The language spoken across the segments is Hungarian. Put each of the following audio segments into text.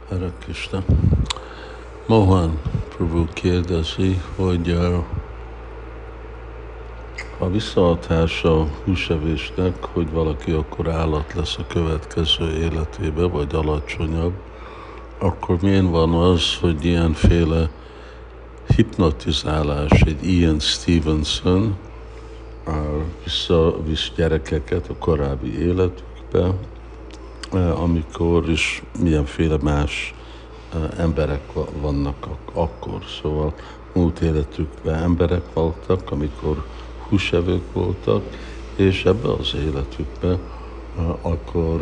Hare Krishna. Mohan Prabhu kérdezi, hogy a visszahatás a húsevésnek, hogy valaki akkor állat lesz a következő életébe, vagy alacsonyabb, akkor miért van az, hogy ilyenféle hipnotizálás, egy Ian Stevenson visszavisz gyerekeket a korábbi életükbe, amikor is milyenféle más emberek vannak akkor. Szóval múlt életükben emberek voltak, amikor húsevők voltak, és ebbe az életükben akkor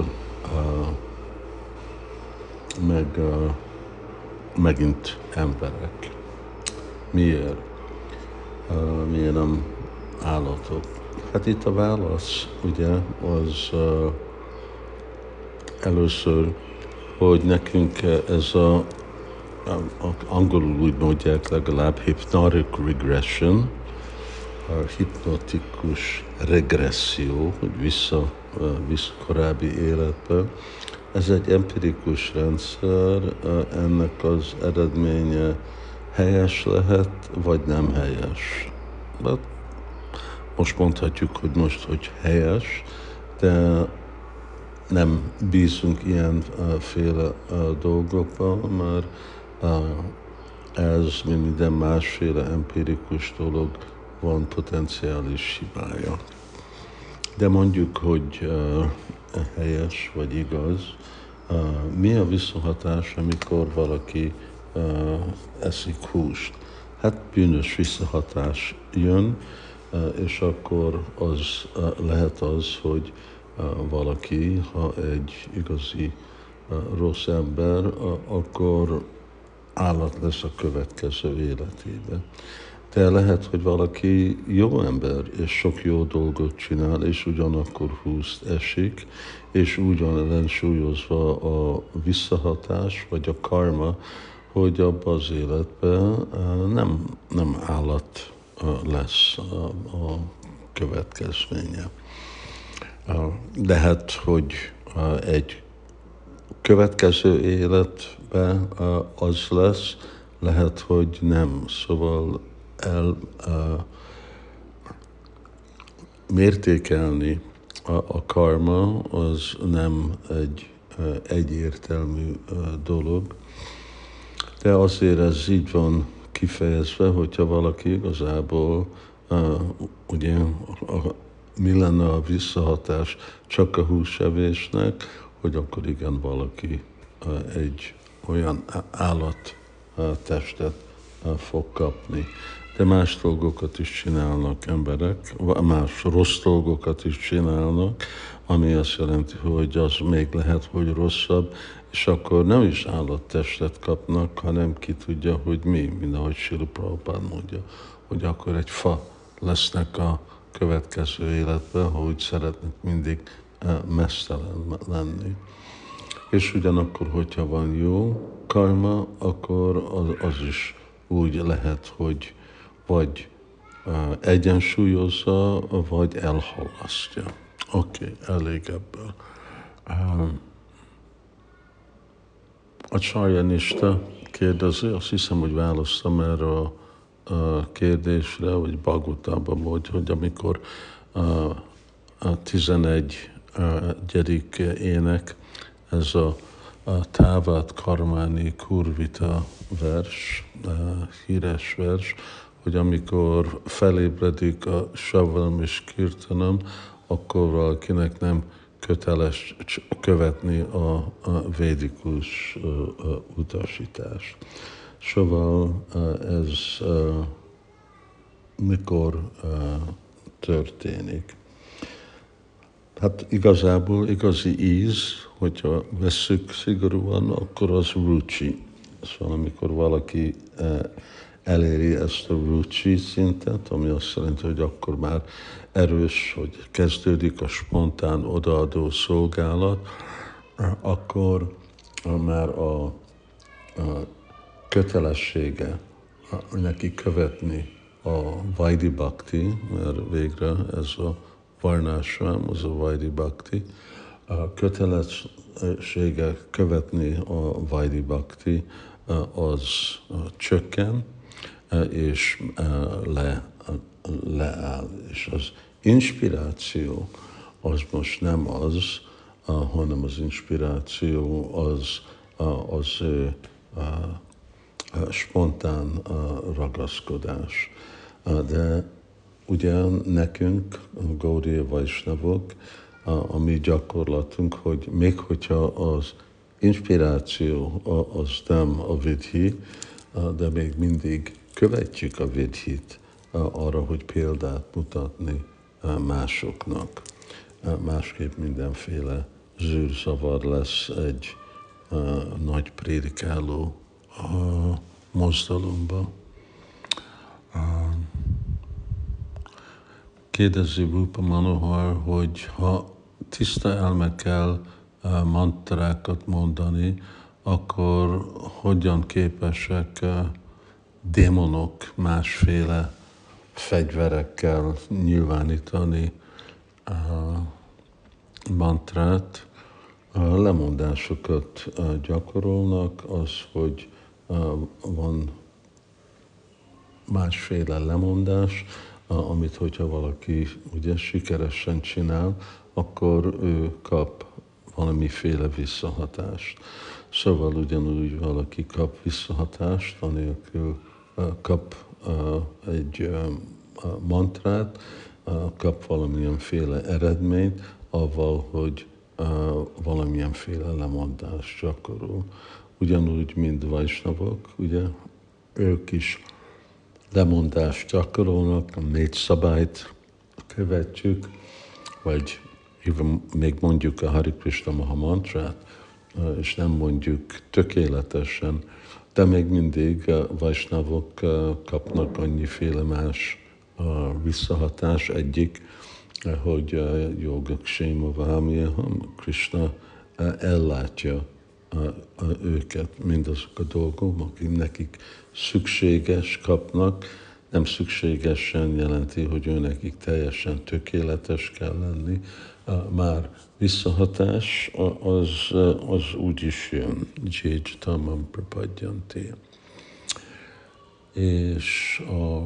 megint emberek. Miért? Miért nem állatok? Hát itt a válasz, ugye, az először, hogy nekünk ez angolul úgy mondják legalább hypnotic regression, a hipnotikus regresszió, hogy vissza korábbi életbe. Ez egy empirikus rendszer, ennek az eredménye helyes lehet, vagy nem helyes. De most mondhatjuk, hogy helyes, de nem bízunk ilyenféle dolgokban, mert ez, mint minden másféle empirikus dolog, van potenciális hibája. De mondjuk, hogy helyes vagy igaz, mi a visszahatás, amikor valaki eszik húst? Hát bűnös visszahatás jön, és akkor az lehet az, hogy valaki, ha egy igazi rossz ember, akkor állat lesz a következő életében. De lehet, hogy valaki jó ember, és sok jó dolgot csinál, és ugyanakkor húst esik, és úgy van ellensúlyozva a visszahatás, vagy a karma, hogy abban az életben nem állat lesz a következménye. De hát, hogy egy következő életben az lesz, lehet, hogy nem. Szóval mértékelni a karma az nem egy egyértelmű dolog, de azért ez így van kifejezve, hogyha valaki igazából ugye mi lenne a visszahatás csak a húsevésnek, hogy akkor igen, valaki egy olyan állattestet fog kapni. De más dolgokat is csinálnak emberek, más rossz dolgokat is csinálnak, ami azt jelenti, hogy az még lehet, hogy rosszabb, és akkor nem is állattestet kapnak, hanem ki tudja, hogy mi, mint ahogy Srila Prabhupád mondja, hogy akkor egy fa lesznek a következő életben, ha úgy szeretnek mindig meztelen lenni. És ugyanakkor, hogyha van jó karma, akkor az is úgy lehet, hogy vagy egyensúlyozza, vagy elhalasztja. Oké, elég ebből. A Csarjanista kérdezi, azt hiszem, hogy választam erre a kérdésre, vagy Bhagavatában volt, hogy amikor a 11. ének, ez a Távat Karmáni Kurvita vers, híres vers, hogy amikor felébredik a Savam és Kirtanam, akkor valakinek nem köteles követni a védikus utasítást. Szóval ez mikor történik? Hát igazából igazi íz, hogyha vesszük szigorúan, akkor az rucsi. Szóval amikor valaki eléri ezt a rucsi szintet, ami azt jelenti, hogy akkor már erős, hogy kezdődik a spontán odaadó szolgálat, akkor már a kötelessége neki követni a Vaidhi Bhakti, mert végre ez a Varnashram, az a Vaidhi Bhakti, A kötelessége követni a Vaidhi Bhakti az csökken, és leáll. És az inspiráció az most nem az, hanem az inspiráció az spontán ragaszkodás. De ugye nekünk, Gaudiya Vaisnavok, a mi gyakorlatunk, hogy még hogyha az inspiráció az nem a vidhi, de még mindig követjük a vidhit arra, hogy példát mutatni másoknak. Másképp mindenféle zűrzavar lesz egy nagy prédikáló mozdalomba. Kérdezi Rupa Manohar, hogy ha tiszta elmekkel mantrákat mondani, akkor hogyan képesek démonok másféle fegyverekkel nyilvánítani mantrát. Lemondásokat gyakorolnak, az, hogy van másféle lemondás, amit hogyha valaki ugye sikeresen csinál, akkor ő kap valamiféle visszahatást. Szóval ugyanúgy valaki kap visszahatást, anélkül kap egy mantrát, kap valamilyenféle eredményt, avval, hogy valamilyenféle lemondást gyakorol. Ugyanúgy, mint Vaisnavok, ugye, ők is lemondást gyakorolnak, a 4 szabályt követjük, vagy még mondjuk a Hare Krishna Maha mantrát, és nem mondjuk tökéletesen, de még mindig Vaisnavok kapnak annyiféle más visszahatás. Egyik, hogy Yogakshéma Vámyaham, Krishna ellátja őket, mindazok a dolgok, akik nekik szükséges kapnak, nem szükségesen jelenti, hogy ő nekik teljesen tökéletes kell lenni. Már visszahatás az úgy is jön, Jéjtamam Prapadjanti. És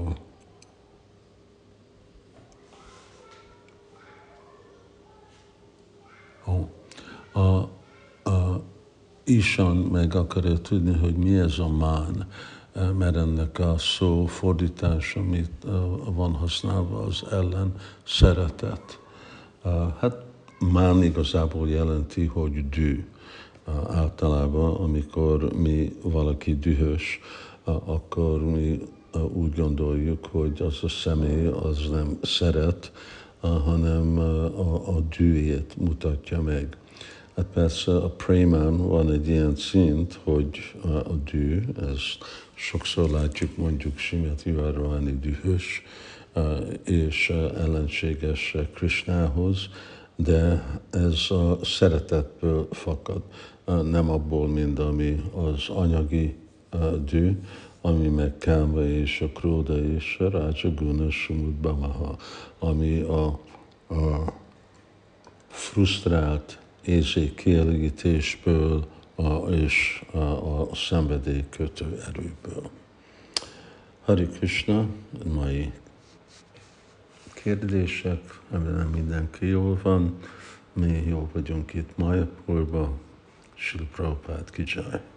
Ishan meg akarja tudni, hogy mi ez a mán, mert ennek a szó fordítás, amit van használva, az ellen szeretet. Hát mán igazából jelenti, hogy dű. Általában, amikor valaki dühös, akkor mi úgy gondoljuk, hogy az a személy az nem szeret, hanem a dűjét mutatja meg. Hát persze a prémán van egy ilyen szint, hogy a dű, ezt sokszor látjuk mondjuk Srimati Radharani dühös, és ellenséges Krishnához, de ez a szeretetből fakad, nem abból, mint ami az anyagi dű, ami meg káma és a króda és a rájaguna sumudbamaha, ami a frusztrált érzékkielégítésből és a szenvedélykötő erőből. Hare Krishna, mai kérdések, remélem mindenki jól van, mi jól vagyunk itt Mayapurban, Srila Prabhupád ki jai.